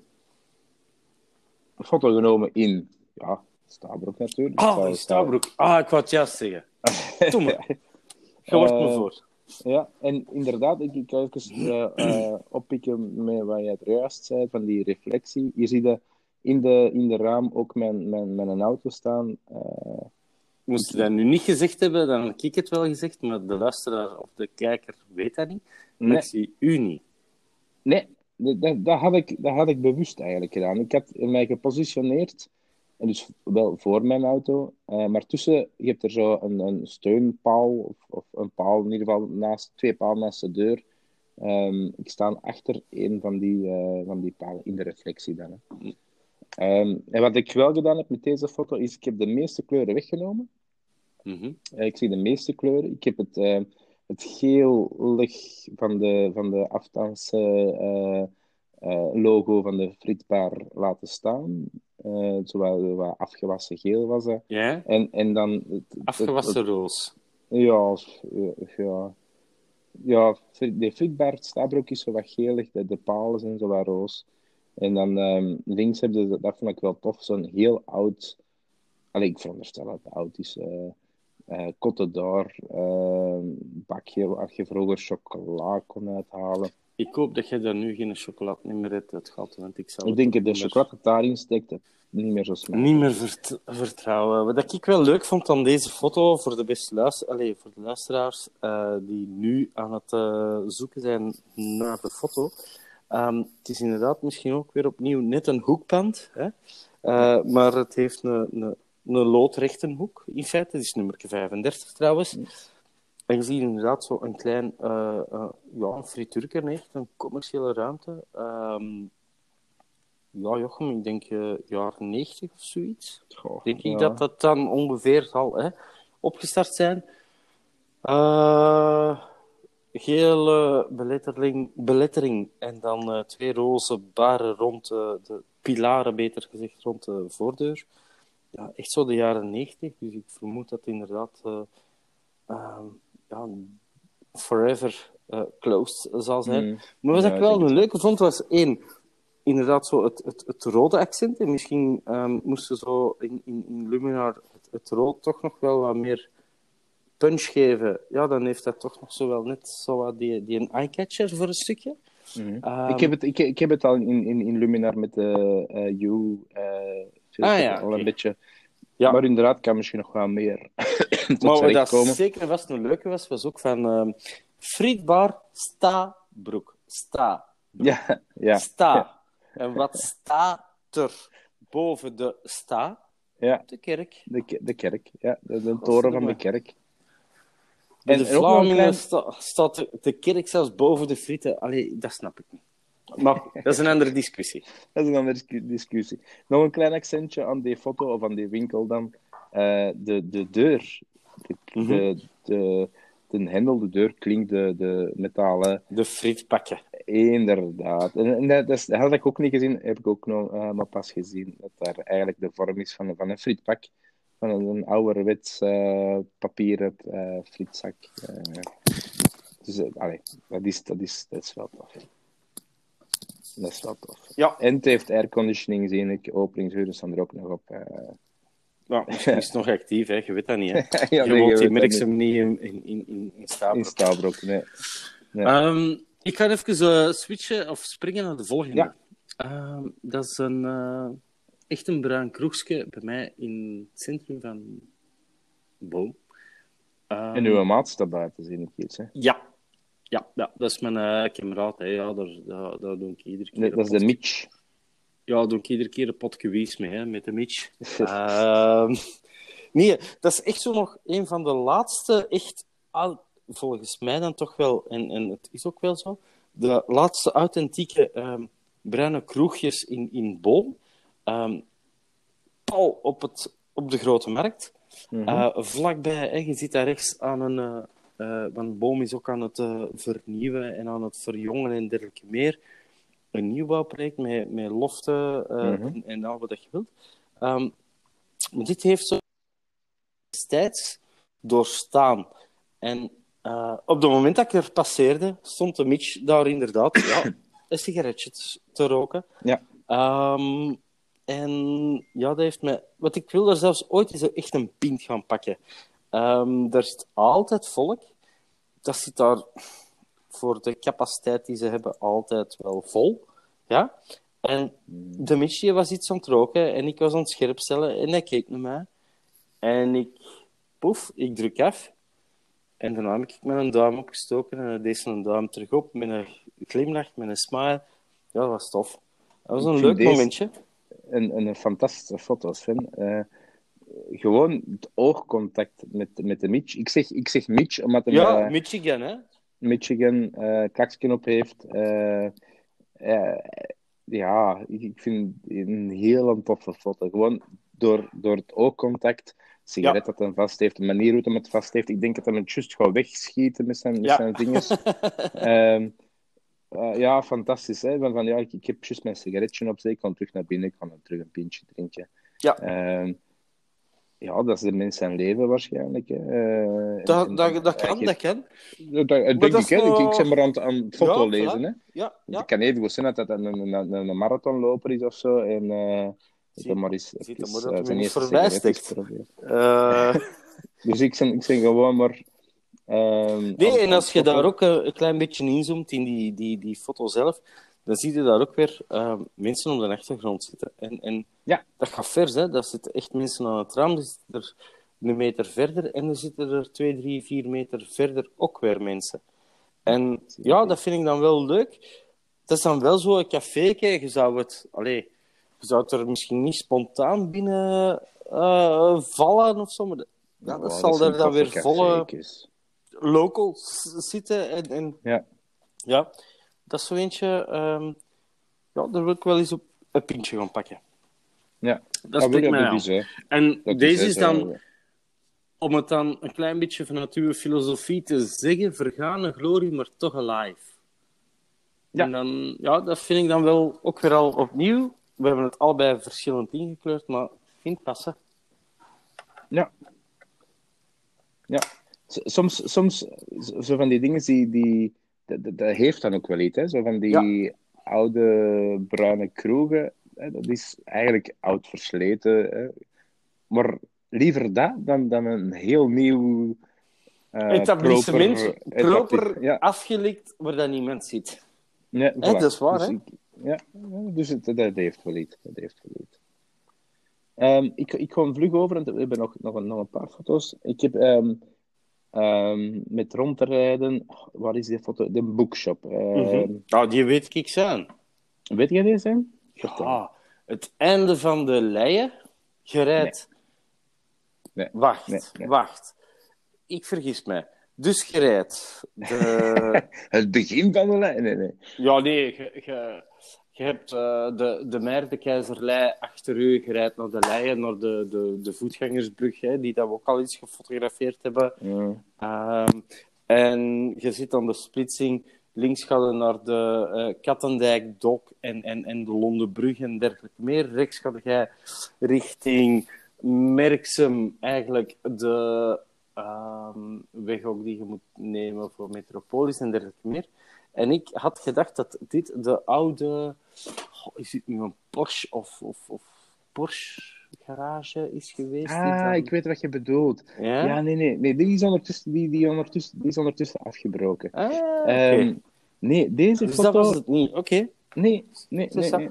foto genomen in, ja, Stabroek natuurlijk. Ah, oh, Stabroek. Ah, ik wou het juist zeggen. Doe maar. Je wordt me voor. Ja, en inderdaad, ik, ik ga even uh, uh, oppikken met wat je het juist zei, van die reflectie. Je ziet dat in de, in de raam ook mijn, mijn, mijn auto staan. Uh, Moest je dat nu niet gezegd hebben, dan heb ik het wel gezegd, maar de luisteraar of de kijker weet dat niet. Maar nee. Ik zie u niet. Nee, dat, dat, had ik, dat had ik bewust eigenlijk gedaan. Ik had mij gepositioneerd, en dus wel voor mijn auto, uh, maar tussen, je hebt er zo een, een steunpaal, of, of een paal in ieder geval, naast, twee palen naast de deur. Um, ik sta achter een van die, uh, van die palen, in de reflectie dan. Hè. Um, en wat ik wel gedaan heb met deze foto, is ik heb de meeste kleuren weggenomen. Mm-hmm. Uh, ik zie de meeste kleuren. Ik heb het, uh, het geel-lig van de, van de afstandse uh, uh, logo van de Friedbar laten staan. Uh, zowel wat afgewassen geel was dat. Ja? En, en dan... Het, afgewassen het, het, roos. Ja, ja. Ja, de Friedbar Stabroek is zo wat gelig, de, de palen zijn zo wat roos. En dan um, links hebben ze, dat vond ik wel tof, zo'n heel oud... Allee, ik veronderstel dat het oud is. Uh, uh, Côte d'Or, uh, bakje waar je vroeger chocola kon uithalen. Ik hoop dat je daar nu geen chocolade meer hebt uitgehaald, want ik zal... Ik denk dat de chocolade dat daarin steekt, dat niet meer zo smaakt. Niet meer vert- vertrouwen. Wat ik wel leuk vond aan deze foto, voor de beste luister- Allee, voor de luisteraars uh, die nu aan het uh, zoeken zijn naar de foto... Um, het is inderdaad misschien ook weer opnieuw net een hoekband, hè? Uh, maar het heeft een, een, een loodrechte hoek, in feite. Het is nummer vijfendertig trouwens. En je ziet inderdaad zo een klein uh, uh, ja, een frituurker, echt een commerciële ruimte. Um, ja, Jochem, ik denk uh, jaren negentig of zoiets. Goh, denk ja. ik dat dat dan ongeveer zal hè, opgestart zijn. Uh, gele belettering, belettering en dan uh, twee roze baren rond uh, de pilaren, beter gezegd, rond de voordeur. Ja, echt zo de jaren negentig, dus ik vermoed dat het inderdaad uh, uh, ja, forever uh, closed zal zijn. Mm. Maar wat ja, ik wel een leuke vond, was één, inderdaad zo het, het, het rode accent. En misschien um, moesten zo in, in, in Luminar het, het rood toch nog wel wat meer punch geven. Ja, dan heeft dat toch nog zo wel net zo wat die, die een eye-catcher voor een stukje. Mm-hmm. Um, ik, heb het, ik, ik heb het al in, in, in Luminar met de uh, uh, You... Uh, ah, ja, al okay. een beetje... Ja. Maar inderdaad kan misschien nog wel meer tot maar wat dat komen. Zeker en vast een leuke was, was ook van uh, Frietbar Stabroek. Sta. Ja, ja. Sta. Ja. En wat staat er boven de sta? Ja. De kerk. De, de kerk, ja. De, de toren van de kerk. En de Vlamingen klein... sta, staat de, de kerk zelfs boven de frieten. Allee, dat snap ik niet. Maar dat is een andere discussie. Dat is een andere discussie. Nog een klein accentje aan die foto of aan die winkel dan. Uh, de, de deur, de, mm-hmm. de, de, de hendel, de deur klinkt de, de metalen... De frietpakken. Inderdaad. En, en dat, dat, dat had ik ook niet gezien, heb ik ook nog uh, maar pas gezien. Dat daar eigenlijk de vorm is van, van een frietpak. Van een, een ouderwets uh, papieren uh, frietzak. Uh, dus uh, allee, dat, is, dat, is, dat is wel tof. Dat is wel tof. Ja. En het heeft airconditioning, zie ik. Openingsuren staan er ook nog op. Uh... Ja, misschien is het nog actief, hè. Je weet dat niet. Hè. ja, je nee, woont die merksem niet in, in, in, in Stabroek. In Stabroek, nee. nee. Um, ik ga even uh, switchen of springen naar de volgende. Ja. Uh, dat is een, uh, echt een bruin kroegje bij mij in het centrum van Boom. Um, en uw maat staat buiten, zie ik iets, hè? Ja. Ja, ja, dat is mijn uh, kameraad. Hè. Ja, daar, daar, daar doe ik iedere keer... Nee, dat is de Mitch. Ja, daar doe ik iedere keer een potje wies mee, hè, met de Mitch. uh, nee, dat is echt zo nog een van de laatste, echt, al, volgens mij dan toch wel, en, en het is ook wel zo, de laatste authentieke um, bruine kroegjes in, in Boom. Um, pal op, het, op de Grote Markt. Mm-hmm. Uh, vlakbij, hè, je ziet daar rechts aan een... Uh, Uh, want Boom is ook aan het uh, vernieuwen en aan het verjongen en dergelijke meer. Een nieuwbouwproject met, met loften uh, mm-hmm. en, en al wat je wilt. Um, maar dit heeft zo destijds doorstaan. En uh, op het moment dat ik er passeerde, stond de Mitch daar inderdaad ja, een sigaretje te roken. Ja. Um, en ja, dat heeft mij... Wat ik wil er zelfs ooit is echt een pint gaan pakken. Um, daar zit altijd volk. Dat zit daar voor de capaciteit die ze hebben altijd wel vol. Ja? En de Mitchie was iets aan het roken en ik was aan het scherpstellen en hij keek naar mij. En ik, poef, ik druk af. En daarna heb ik met een duim opgestoken en hij deed een duim terug op met een glimlach, met een smile. Ja, dat was tof. Dat was een leuk momentje. Een, een fantastische foto, Sven. Uh... Gewoon het oogcontact met, met de Mitch. Ik zeg, ik zeg Mitch, omdat hij... Ja, uh, Michigan, hè? Michigan, uh, klaksken op heeft. Uh, uh, ja, ik, ik vind het een heel toffe foto. Gewoon door, door het oogcontact, sigaret ja. dat hij vast heeft, de manier hoe hij het vast heeft. Ik denk dat hij het juist gaat wegschieten met zijn, met ja. zijn vingers. um, uh, ja, fantastisch. Hè? Van, van, ja, ik, ik heb juist mijn sigaretje op zee, ik kan terug naar binnen, ik kan dan terug een pintje drinken. Ja. Um, Ja, dat is de mens zijn leven waarschijnlijk. Hè. Uh, dat, en, dat, dat kan, dat kan. Dat, dat denk ik, hè. Nou... ik, ik ben maar aan, aan het foto ja, lezen. Hè. Ja, ja. Het kan even goed zijn dat dat een, een, een, een marathonloper is of zo. En uh, Zie, maar eens, ziet even, maar dat uh, zijn niet voorbij stikt. Uh... dus ik zeg, ik zeg gewoon maar... Um, nee, aan, en als je foto... daar ook een, een klein beetje inzoomt in die, die, die foto zelf, dan zie je daar ook weer uh, mensen op de achtergrond zitten. En, en ja. dat gaat vers, hè. Daar zitten echt mensen aan het raam. Er zitten er een meter verder en er zitten er twee, drie, vier meter verder ook weer mensen. En ja, dat vind ik dan wel leuk. Dat is dan wel zo'n caféke. Je zou het... Allez, je zou het er misschien niet spontaan binnen uh, vallen of zo, maar ja, dat oh, zal dat er dan weer volle... locals zitten. En, en Ja. ja, dat is zo eentje... Um, ja, daar wil ik wel eens op een pintje gaan pakken. Ja. Dat Ah, spreekt ja, mij dat aan. is, hè. En Dat deze is, is hè, dan... zo. Om het dan een klein beetje vanuit uw filosofie te zeggen, vergane glorie, maar toch alive. Ja. En dan, ja, dat vind ik dan wel ook weer al opnieuw. We hebben het allebei verschillend ingekleurd, maar ik vind het passen. Ja. Ja. Soms, soms zo van die dingen, die, die, dat, dat heeft dan ook wel iets. Hè? Zo van die ja. oude bruine kroegen, hè? Dat is eigenlijk oud versleten. Hè? Maar liever dat dan, dan een heel nieuw... Uh, etablissement, proper, proper ja. afgelikt waar dat niemand zit. Ja, voilà. Hè, dat is waar, dus hè? Ik, ja, dus het, dat heeft wel iets. Dat heeft wel iets. Um, ik, ik ga vlug over, want we hebben nog, nog, een, nog een paar foto's. Ik heb um, um, met rond te rijden... Waar is die foto? De bookshop. Um, mm-hmm. Oh, die weet ik zijn. Weet je die zijn? Ja, het einde van de leien. Je rijdt... Nee. Nee. Wacht, nee, nee. wacht. Ik vergis mij. Dus je rijdt de... het begin van de lijn? Nee, nee. Ja, nee. Je, je, je hebt uh, de, de Mer, de Keizerlei achter u. Je rijdt naar de leien, naar de, de, de voetgangersbrug, hè, die dat we ook al eens gefotografeerd hebben. Ja. Um, en je zit aan de splitsing. Links gaat je naar de uh, Kattendijk Dok en, en, en de Londenbrug en dergelijke meer. Rechts ga je richting Merksem, eigenlijk de... Um, weg ook die je moet nemen voor Metropolis en dergelijke meer. En ik had gedacht dat dit de oude... Oh, is dit nu een Porsche of, of, of Porsche garage is geweest? Ah, dan... ik weet wat je bedoelt. Ja, ja nee, nee, nee. Die is ondertussen, die, die ondertussen, die is ondertussen afgebroken. Ah, okay. um, nee, deze dus foto... dat was het niet, oké. Okay. Nee, nee, nee. nee.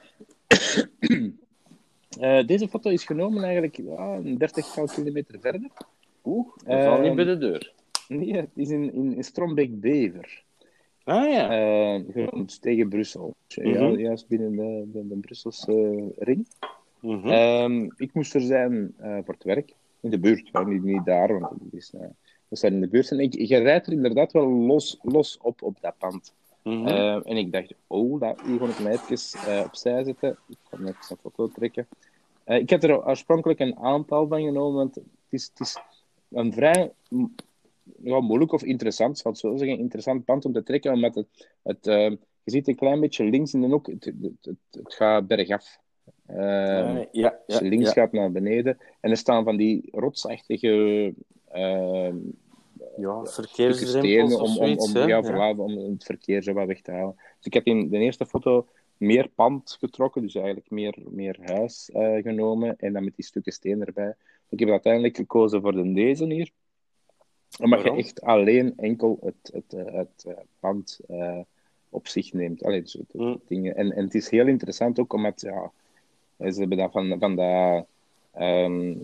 uh, deze foto is genomen eigenlijk ja, een dertigtal kilometer verder. Oeh, dat is al uh, niet bij de deur. Nee, het is in, in, in Strombeek-Bever. Ah ja. Uh, tegen Brussel. Mm-hmm. Ja, juist binnen de, de, de Brusselse uh, ring. Mm-hmm. Um, ik moest er zijn uh, voor het werk. In de buurt, ja, niet, niet daar, want het is, uh, we zijn in de buurt. En ik, je rijdt er inderdaad wel los, los op, op dat pand. Mm-hmm. Uh, en ik dacht, oh, dat, hier ga ik mij even uh, opzij zetten. Ik ga hem even een foto trekken. Uh, ik heb er oorspronkelijk een aantal van genomen, want het is, het is een vrij ja, moeilijk of interessant, zal ik zo zeggen, interessant pand om te trekken, omdat het, het uh, je ziet een klein beetje links in de hoek, het, het, het, het gaat bergaf. Uh, uh, ja, dus ja, links ja. gaat naar beneden en er staan van die rotsachtige uh, ja, verkeersdrempels om, of zoiets, om, om, ja, ja. verladen, om het verkeer zo wat weg te halen. Dus ik heb in de eerste foto meer pand getrokken, dus eigenlijk meer, meer huis uh, genomen en dan met die stukken steen erbij. Ik heb uiteindelijk gekozen voor de deze hier, omdat je echt alleen enkel het, het, het, het uh, pand uh, op zich neemt. Allee, dus het, mm. dingen. En, en het is heel interessant ook omdat ja, ze hebben dat van, van dat um,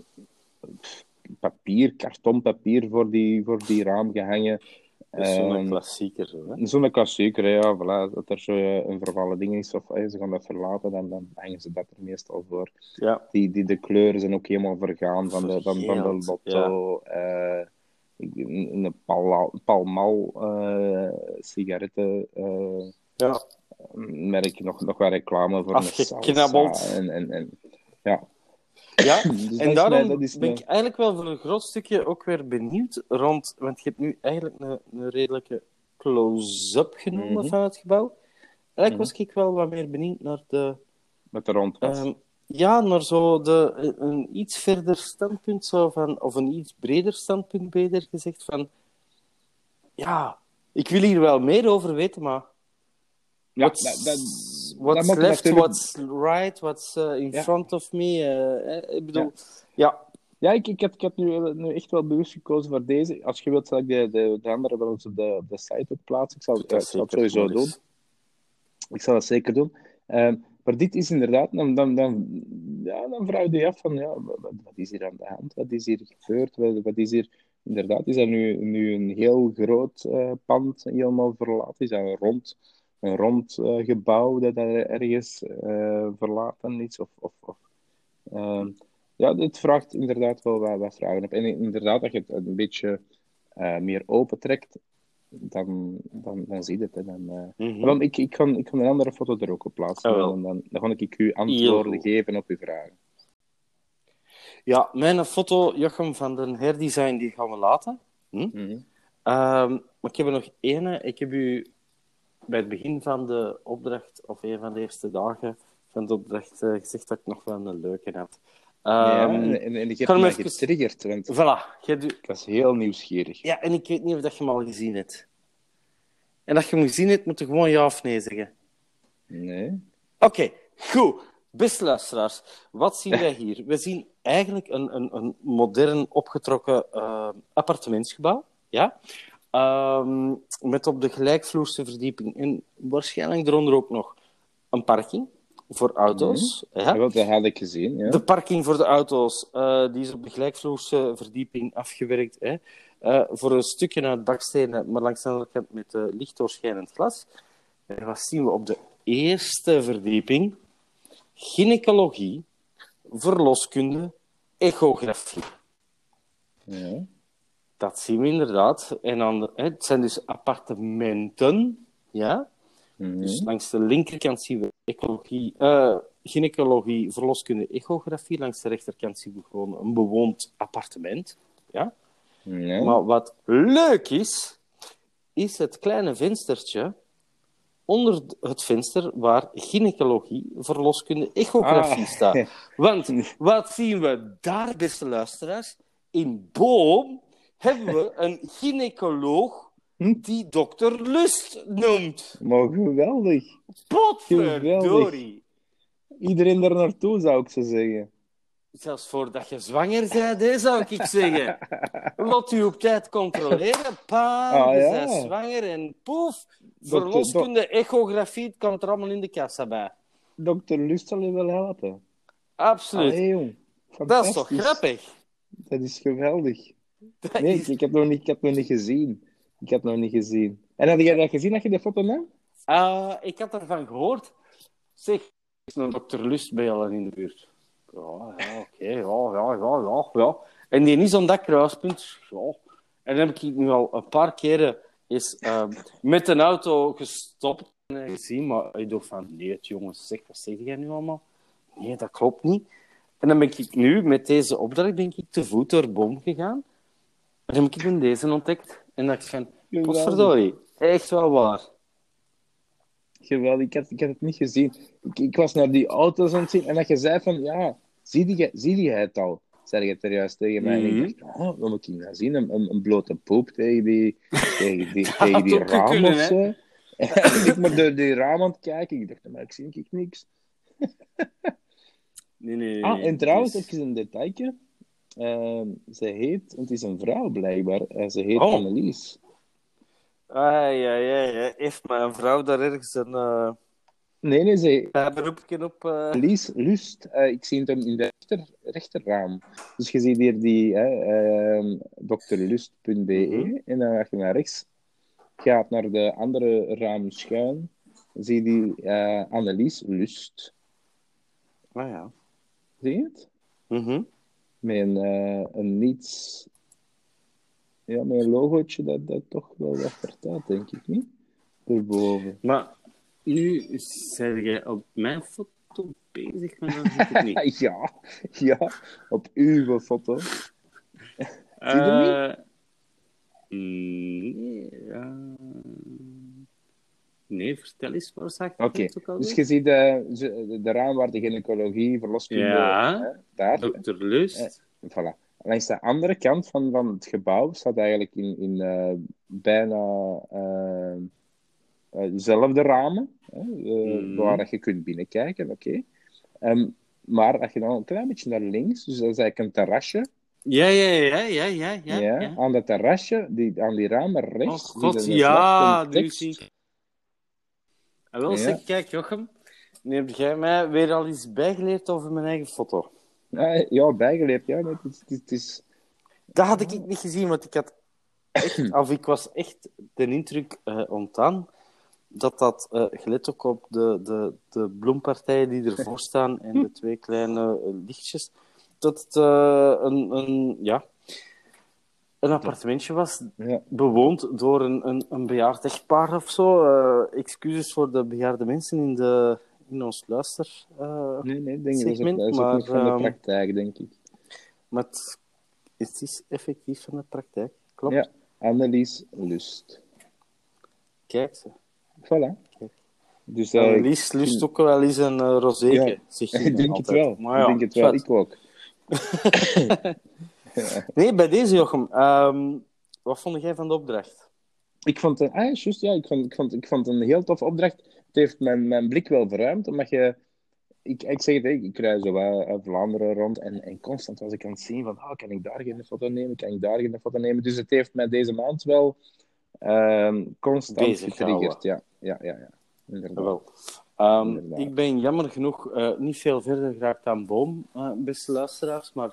papier, kartonpapier voor die, voor die raam gehangen. Dat is zo'n um, klassieker. Hè? Zo'n klassieker, ja. Voilà. Dat er zo een vervallen ding is of hey, ze gaan dat verlaten, dan, dan hangen ze dat er meestal voor. Ja. Die, die, de kleuren zijn ook helemaal vergaan van de, van, van de lotto. Ja. Uh, een Palmal uh, sigaretten uh, ja. merk nog, nog wel reclame voor afgeknabbeld. Een salsa en, en, en ja. Ja, dus en daarom mij, is ben mij... ik eigenlijk wel voor een groot stukje ook weer benieuwd rond, want je hebt nu eigenlijk een, een redelijke close-up genomen mm-hmm. van het gebouw. Eigenlijk mm-hmm. was ik wel wat meer benieuwd naar de... Met de rondpas. Um, ja, naar zo de, een iets verder standpunt, zo van, of een iets breder standpunt, beter gezegd, van... Ja, ik wil hier wel meer over weten, maar... Ja, what's dat, dat, what's dat left, natuurlijk... what's right, what's uh, in ja. front of me. Uh, ik bedoel, ja. Ja, ja ik, ik, heb, ik heb nu, nu echt wel bewust gekozen voor deze. Als je wilt, zal ik de, de, de andere wel eens op de, op de site ook plaatsen. Ik zal, ja, ik zal het sowieso doen. Is. Ik zal dat zeker doen. Um, maar dit is inderdaad, dan, dan, dan, ja, dan vraag je je af van, ja, wat, wat is hier aan de hand? Wat is hier gebeurd? Wat, wat is hier... Inderdaad, is dat nu, nu een heel groot uh, pand helemaal verlaten? Is dat een rond... een rond uh, gebouw dat er ergens uh, verlaten is. Of, of, of, uh, ja, dit vraagt inderdaad wel wat, wat vragen op. En inderdaad, dat je het een beetje uh, meer opentrekt, dan, dan, dan zie je het. Hè. Dan, uh... Mm-hmm. Want ik, ik, kan, ik kan een andere foto er ook op plaatsen. Oh, dan, dan, dan ga ik u antwoorden geven op uw vragen. Ja, mijn foto, Jochem, van de herdesign, die gaan we laten. Hm? Mm-hmm. Um, maar ik heb er nog één. Ik heb u bij het begin van de opdracht, of een van de eerste dagen van de opdracht, uh, gezegd dat ik nog wel een leuke had. Um, ja, en, en, en ik heb me even... getriggerd. Want voilà. Je du... Ik was heel nieuwsgierig. Ja, en ik weet niet of dat je hem al gezien hebt. En als je hem gezien hebt, moet je gewoon ja of nee zeggen. Nee. Oké, okay, goed. Beste luisteraars, wat zien wij hier? We zien eigenlijk een, een, een modern opgetrokken uh, appartementsgebouw. Ja? Um, met op de gelijkvloerse verdieping en waarschijnlijk eronder ook nog een parking voor auto's. Mm-hmm. Ja? Dat had ik gezien. Ja. De parking voor de auto's uh, die is op de gelijkvloerse verdieping afgewerkt. Hè? Uh, voor een stukje uit bakstenen, maar langs de andere kant met uh, licht doorschijnend glas. En wat zien we op de eerste verdieping? Gynaecologie, verloskunde, echografie. Ja. Dat zien we inderdaad. En dan, hè, het zijn dus appartementen. Ja? Mm-hmm. Dus langs de linkerkant zien we ecologie, uh, gynaecologie, verloskunde, echografie. Langs de rechterkant zien we gewoon een bewoond appartement. Ja? Ja. Maar wat leuk is, is het kleine venstertje onder het venster waar gynaecologie, verloskunde, echografie ah. staat. Want wat zien we daar, beste luisteraars? In Boom hebben we een gynaecoloog die dokter Lust noemt. Maar geweldig. Potverdorie. Iedereen daar naartoe, zou ik zo zeggen. Zelfs voordat je zwanger bent, hè, zou ik zeggen. Laat u op tijd controleren. Pam, ah, je ja. bent zwanger en poef. Verloskunde, dok- echografie, het kan er allemaal in de kassa bij. dokter Lust zal je wel helpen. Absoluut. Allee, jong. Dat is toch grappig? Dat is geweldig. Dat nee, is... Ik, heb nog niet, ik heb nog niet gezien. Ik heb nog niet gezien. En had jij dat gezien, dat je de foto nam? Uh, ik had ervan gehoord. Zeg, er is een dokter Lust bij al in de buurt. Ja, ja, oké, okay, ja, ja, ja, ja, ja. En die is aan dat kruispunt. Ja. En dan heb ik nu al een paar keren eens, uh, met een auto gestopt en gezien, maar ik dacht van, nee, jongens, zeg, wat zeg jij nu allemaal? Nee, dat klopt niet. En dan ben ik nu, met deze opdracht, ben ik te voet door Boom gegaan. En dan heb ik in deze ontdekt. En dacht ik van, potverdorie, echt wel waar. Geweldig, ik had, ik had het niet gezien. Ik, ik was naar die auto's aan het zien en dat je zei van, ja, zie je, zie je het al? Zei je het er juist tegen mij. Mm-hmm. En ik dacht, oh, wat moet ik nou zien? Een, een, een blote poep tegen die, tegen die, tegen die raam kunnen, of zo. En ik maar door die raam aan het kijken. Ik dacht, maar ik zie ik niks. nee, nee, ah, en trouwens, dus... even een detailje. Uh, ze heet, het is een vrouw blijkbaar, uh, ze heet oh. Annelies. Ah, ja, ja, ja. Heeft mijn vrouw daar ergens een... Uh... Nee, nee, ze... Daar beroepje op... Uh... Lies, Lust. Uh, ik zie het in de rechter, rechterraam. Dus je ziet hier die uh, dokterlust punt b e mm-hmm. En dan ga je naar rechts. Gaat naar de andere raam schuin. Zie je die uh, Annelies Lust. Ah ja. Zie je het? Mhm. Met een, uh, een niets... Ja, met een logootje dat, dat toch wel wat vertaalt, denk ik, niet? Erboven. Maar nu zijn jij op mijn foto bezig, maar dan zie ik het niet. ja, ja, op uw foto. Zie je uh, niet? Nee, uh, nee, vertel eens, waar zag ik okay. het ook al? Dus je ziet de, de, de raam waar de gynaecologie, verloskunde... Ja, hè, daar. dokter Lust. Uh, voilà. Langs de andere kant van, van het gebouw staat eigenlijk in, in uh, bijna uh, uh, dezelfde ramen, hè, uh, mm. waar je kunt binnenkijken, oké. Okay. Um, maar als je dan een klein beetje naar links, dus dat is eigenlijk een terrasje. Ja, ja, ja, ja, ja. ja, ja, ja. Aan dat terrasje, die, aan die ramen rechts. Oh god, ja, nu zie ik. En wel, ja. Zeg, kijk Jochem, nu heb jij mij weer al iets bijgeleerd over mijn eigen foto. Ja, bijgeleerd, ja. Het is, het is... Dat had ik niet gezien, want ik had echt, of ik was echt de indruk uh, ontdaan dat dat, uh, gelet ook op de, de, de bloempartijen die ervoor staan en de twee kleine uh, lichtjes, dat het uh, een, een, ja, een appartementje was, Ja. bewoond door een, een, een bejaard echtpaar of zo. Uh, excuses voor de bejaarde mensen in, de, in ons luister. Uh, nee, nee, denk ik, dat is ook, segment, dat is ook maar, niet van de um, praktijk, denk ik. Maar het, het is effectief van de praktijk, klopt. Ja, Annelies Lust. Kijk ze. Voilà. Kijk. Dus, uh, Annelies lust vind... ook wel eens een uh, rozeetje, ja, zeg je ik denk altijd. het wel. Maar ja, ik denk het wel, vet. ik ook. Nee, bij deze, Jochem. Um, wat vond jij van de opdracht? Ik vond het, ah, juist, ja, ik vond, ik, vond, ik vond het een heel tof opdracht. Het heeft mijn, mijn blik wel verruimd, omdat je... Ik, ik zeg het, ik, ik rij zo uit Vlaanderen rond en, en constant was ik aan het zien van, oh, kan ik daar geen foto nemen, kan ik daar geen foto nemen. Dus het heeft mij deze maand wel um, constant bezig getriggerd. Ja, ja, ja, ja. Inderdaad. Wel. Um, Inderdaad. Ik ben jammer genoeg uh, niet veel verder geraakt aan Boom, uh, beste luisteraars, maar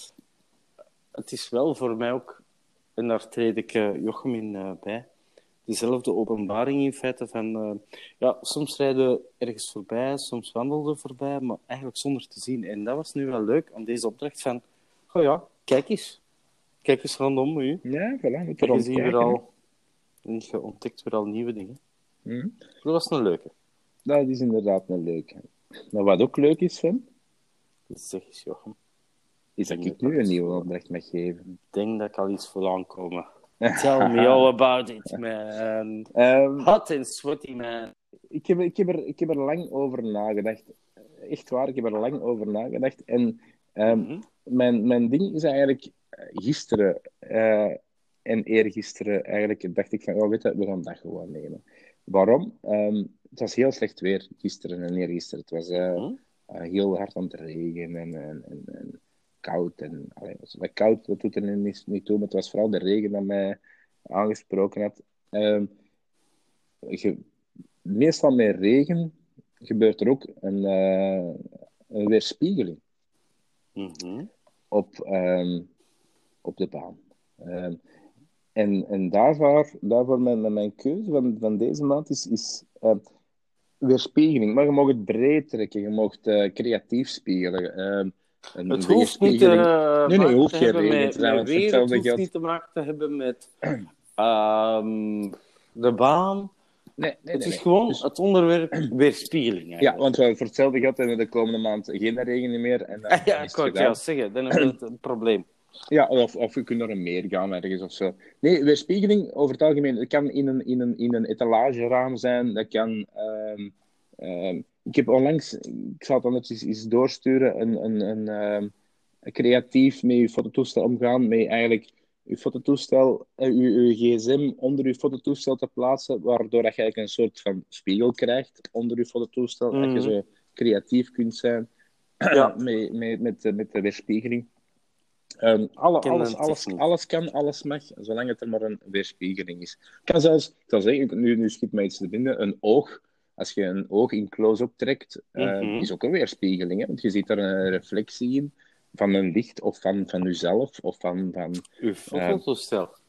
het is wel voor mij ook, en daar treed ik uh, Jochem in uh, bij, dezelfde openbaring in feite van, uh, ja, soms rijden we ergens voorbij, soms wandelden we voorbij, maar eigenlijk zonder te zien. En dat was nu wel leuk aan deze opdracht van, oh ja, kijk eens. Kijk eens rondom u. Ja, voilà. Moet Kijk eens hier weer al, en je ontdekt weer al nieuwe dingen. Mm. Dat was een leuke. Dat is inderdaad een leuke. Maar wat ook leuk is, van, zeg eens, Jochem. Is dat ik nu een nieuwe opdracht mag geven. Ik denk dat ik al iets voor aankomen. Tell me all about it, man. Um, Hot and sweaty, man. Ik heb, ik, heb er, ik heb er lang over nagedacht. Echt waar, ik heb er lang over nagedacht. En um, mm-hmm. mijn, mijn ding is eigenlijk gisteren uh, en eergisteren eigenlijk dacht ik van, oh, weet je, we gaan dat gewoon nemen. Waarom? Um, het was heel slecht weer gisteren en eergisteren. Het was uh, mm-hmm. uh, heel hard aan het regenen en, en, en, en koud. En, allee, wat koud, dat doet er niet, niet toe, maar het was vooral de regen dat mij aangesproken had. Um, je, meestal met regen gebeurt er ook een, uh, een weerspiegeling mm-hmm. op, um, op de baan. Um, en en daarvoor, daarvoor mijn, mijn keuze van, van deze maand is, is uh, weerspiegeling. Maar je mag het breed trekken, je mag uh, creatief spiegelen. Um, Een het hoeft niet uh, nee, nee, hoeft te hebben regen, met, met weer, het hoeft niet te maken te hebben met um, de baan. Nee, nee, het nee, is nee. gewoon dus... het onderwerp weerspiegeling. Eigenlijk. Ja, want voor hetzelfde geld hebben we de komende maand geen regen meer. En dan, ah, ja, dan ik kan het zeggen, dan hebben we het een probleem. Ja, of, of we kunnen er meer gaan ergens of zo. Nee, weerspiegeling over het algemeen, het kan in een, in een, in een etalageraam zijn, dat kan... Um, um, ik heb onlangs, ik zal het anders eens, eens doorsturen, een, een, een, um, een creatief met je fototoestel omgaan, met eigenlijk je fototoestel, uh, je, je gsm onder je fototoestel te plaatsen, waardoor dat je eigenlijk een soort van spiegel krijgt onder je fototoestel, mm. dat je zo creatief kunt zijn ja. met, met, met, met de weerspiegeling. Um, alle, alles, alles, alles kan, alles mag, zolang het er maar een weerspiegeling is. Ik kan zelfs, ik zal zeggen, nu, nu schiet mij iets te binnen, een oog, als je een oog in close-up trekt, uh, mm-hmm. is ook een weerspiegeling, hè? Want je ziet er een reflectie in van een licht, of van, van jezelf, of van... van uw fototoestel. Uh,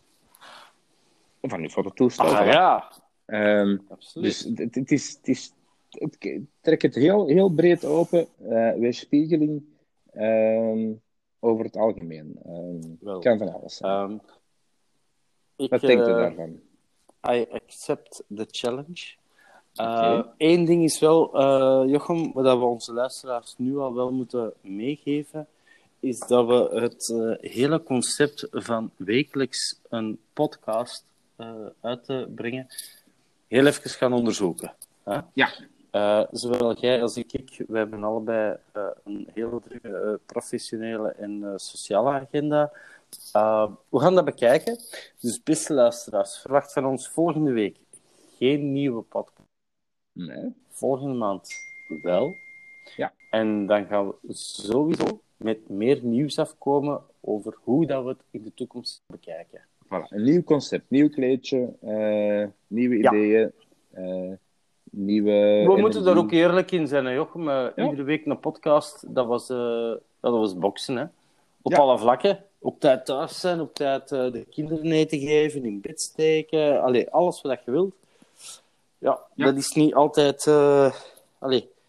van uw fototoestel. Ah, ja. Um, dus het, het is... Het is het, trek het heel, heel breed open, uh, weerspiegeling... Um, over het algemeen. Um, het kan van alles zijn. Um, ik, Wat denkt u uh, daarvan? I accept the challenge. Eén uh, okay. ding is wel, uh, Jochem, wat we onze luisteraars nu al wel moeten meegeven, is dat we het uh, hele concept van wekelijks een podcast uh, uit te brengen heel even gaan onderzoeken. Huh? Ja. Uh, zowel jij als ik, ik we hebben allebei uh, een hele drukke uh, professionele en uh, sociale agenda. Uh, we gaan dat bekijken. Dus beste luisteraars, verwacht van ons volgende week geen nieuwe podcast. Nee. Volgende maand wel. Ja. En dan gaan we sowieso met meer nieuws afkomen over hoe dat we het in de toekomst bekijken. Voilà. Een nieuw concept, nieuw kleedje, uh, nieuwe ja. ideeën. Uh, Nieuwe we energie. moeten daar ook eerlijk in zijn, hè, Jochem. Uh, ja. Iedere week een podcast, dat was, uh, dat was boksen. Hè. Op ja. alle vlakken. Op tijd thuis zijn, op tijd uh, de kinderen eten geven, in bed steken. Allee, alles wat je wilt. Ja, ja. Dat is niet altijd... Uh, allee,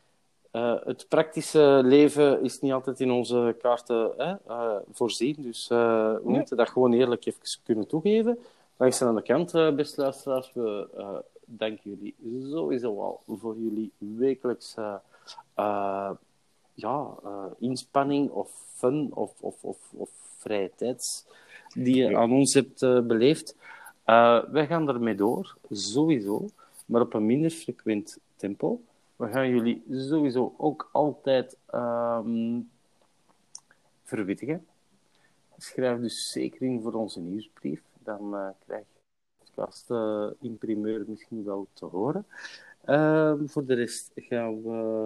uh, het praktische leven is niet altijd in onze kaarten hè, uh, voorzien. Dus uh, we ja. moeten dat gewoon eerlijk even kunnen toegeven. Langs de andere kant, uh, beste luisteraars, we uh, danken jullie sowieso al voor jullie wekelijkse uh, ja, uh, inspanning of fun of, of, of, of vrije tijd die je ja. aan ons hebt uh, beleefd. Uh, wij gaan ermee door, sowieso, maar op een minder frequent tempo. We gaan jullie sowieso ook altijd um, verwittigen. Schrijf dus zeker in voor onze nieuwsbrief. Dan uh, krijg je de podcast uh, in primeur misschien wel te horen. Uh, voor de rest gaan we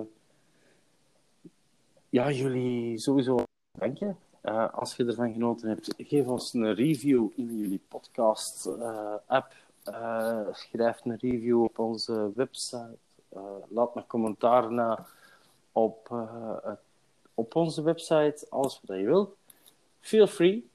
ja, jullie sowieso danken. Uh, als je ervan genoten hebt, geef ons een review in jullie podcast-app. Uh, uh, schrijf een review op onze website. Uh, laat een commentaar na op, uh, op onze website. Alles wat je wilt. Feel free.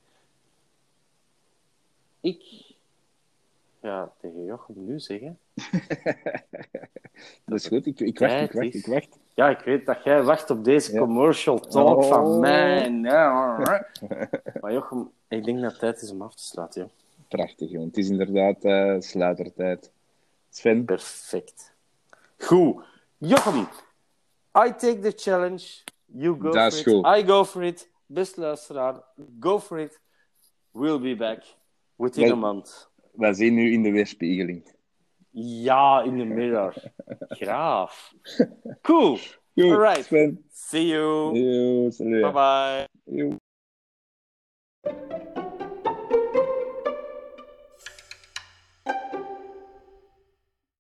Ik ga tegen Jochem nu zeggen. Dat is goed. Ik, ik wacht, ik wacht, ik wacht. Ja, ik weet dat jij wacht op deze ja. commercial talk oh. van mij. Maar Jochem, ik denk dat het tijd is om af te sluiten. Joh. Prachtig, joh. Het is inderdaad uh, sluitertijd. Sven? Perfect. Goed. Jochem, I take the challenge. You go dat for is it. Goed. I go for it. Beste luisteraar, go for it. We'll be back within wij, a month. Wij zien nu in de weerspiegeling. Ja, in de mirror. Graaf. Cool. Goed, all right. Sven. See you. Yo, salut. Bye bye. Yo.